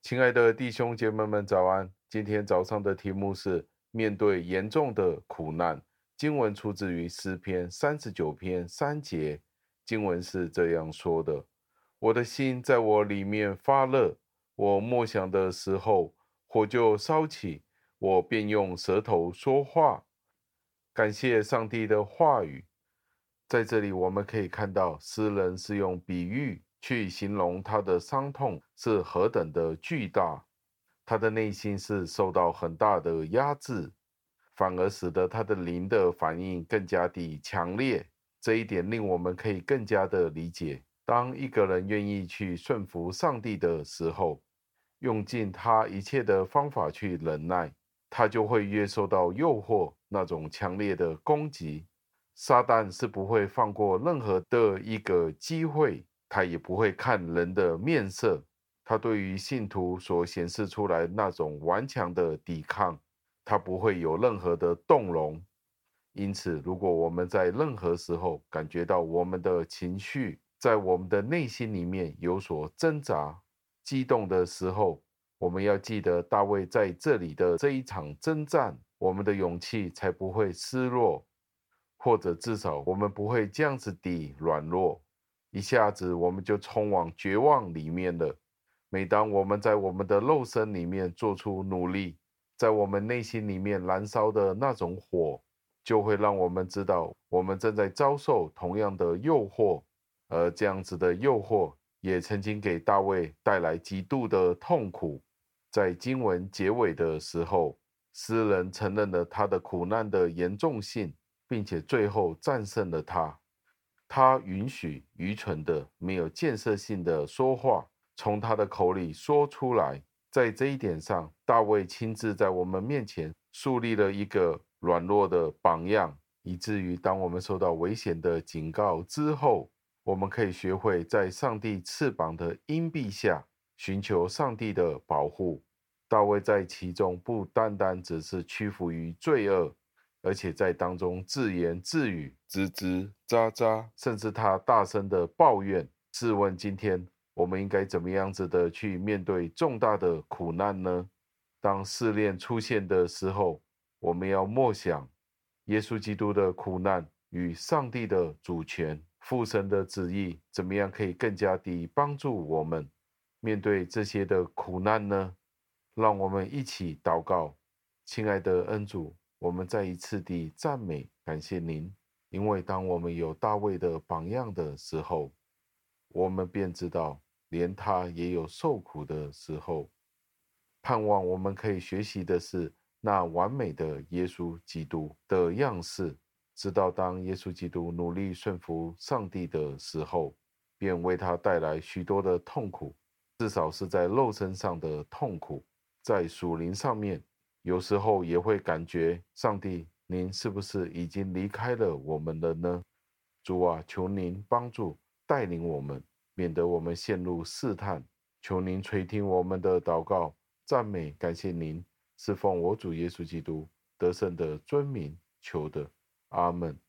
亲爱的弟兄姐妹们，早安！今天早上的题目是面对严重的苦难。经文出自于诗篇39篇3节，经文是这样说的：我的心在我里面发热，我默想的时候，火就烧起，我便用舌头说话。感谢上帝的话语。在这里我们可以看到，诗人是用比喻去形容他的伤痛是何等的巨大，他的内心是受到很大的压制，反而使得他的灵的反应更加的强烈。这一点令我们可以更加的理解，当一个人愿意去顺服上帝的时候，用尽他一切的方法去忍耐，他就会越受到诱惑，那种强烈的攻击。撒旦是不会放过任何的一个机会，他也不会看人的面色。他对于信徒所显示出来那种顽强的抵抗，他不会有任何的动容。因此，如果我们在任何时候感觉到我们的情绪在我们的内心里面有所挣扎、激动的时候，我们要记得大卫在这里的这一场征战，我们的勇气才不会失落。或者至少我们不会这样子地软弱，一下子我们就冲往绝望里面了。每当我们在我们的肉身里面做出努力，在我们内心里面燃烧的那种火，就会让我们知道我们正在遭受同样的诱惑，而这样子的诱惑也曾经给大卫带来极度的痛苦。在经文结尾的时候，诗人承认了他的苦难的严重性，并且最后战胜了他。他允许愚蠢的、没有建设性的说话从他的口里说出来。在这一点上，大卫亲自在我们面前树立了一个软弱的榜样，以至于当我们受到危险的警告之后，我们可以学会在上帝翅膀的荫庇下寻求上帝的保护。大卫在其中不单单只是屈服于罪恶，而且在当中自言自语、吱吱喳喳，甚至他大声的抱怨。试问今天我们应该怎么样子的去面对重大的苦难呢？当试炼出现的时候，我们要默想耶稣基督的苦难与上帝的主权、父神的旨意，怎么样可以更加地帮助我们面对这些的苦难呢？让我们一起祷告。亲爱的恩主，我们再一次地赞美感谢您，因为当我们有大卫的榜样的时候，我们便知道连他也有受苦的时候。盼望我们可以学习的是那完美的耶稣基督的样式，知道当耶稣基督努力顺服上帝的时候，便为他带来许多的痛苦，至少是在肉身上的痛苦。在属灵上面，有时候也会感觉上帝，您是不是已经离开了我们了呢？主啊，求您帮助带领我们，免得我们陷入试探。求您垂听我们的祷告，赞美感谢您，是奉我主耶稣基督得胜的尊名求的，阿门。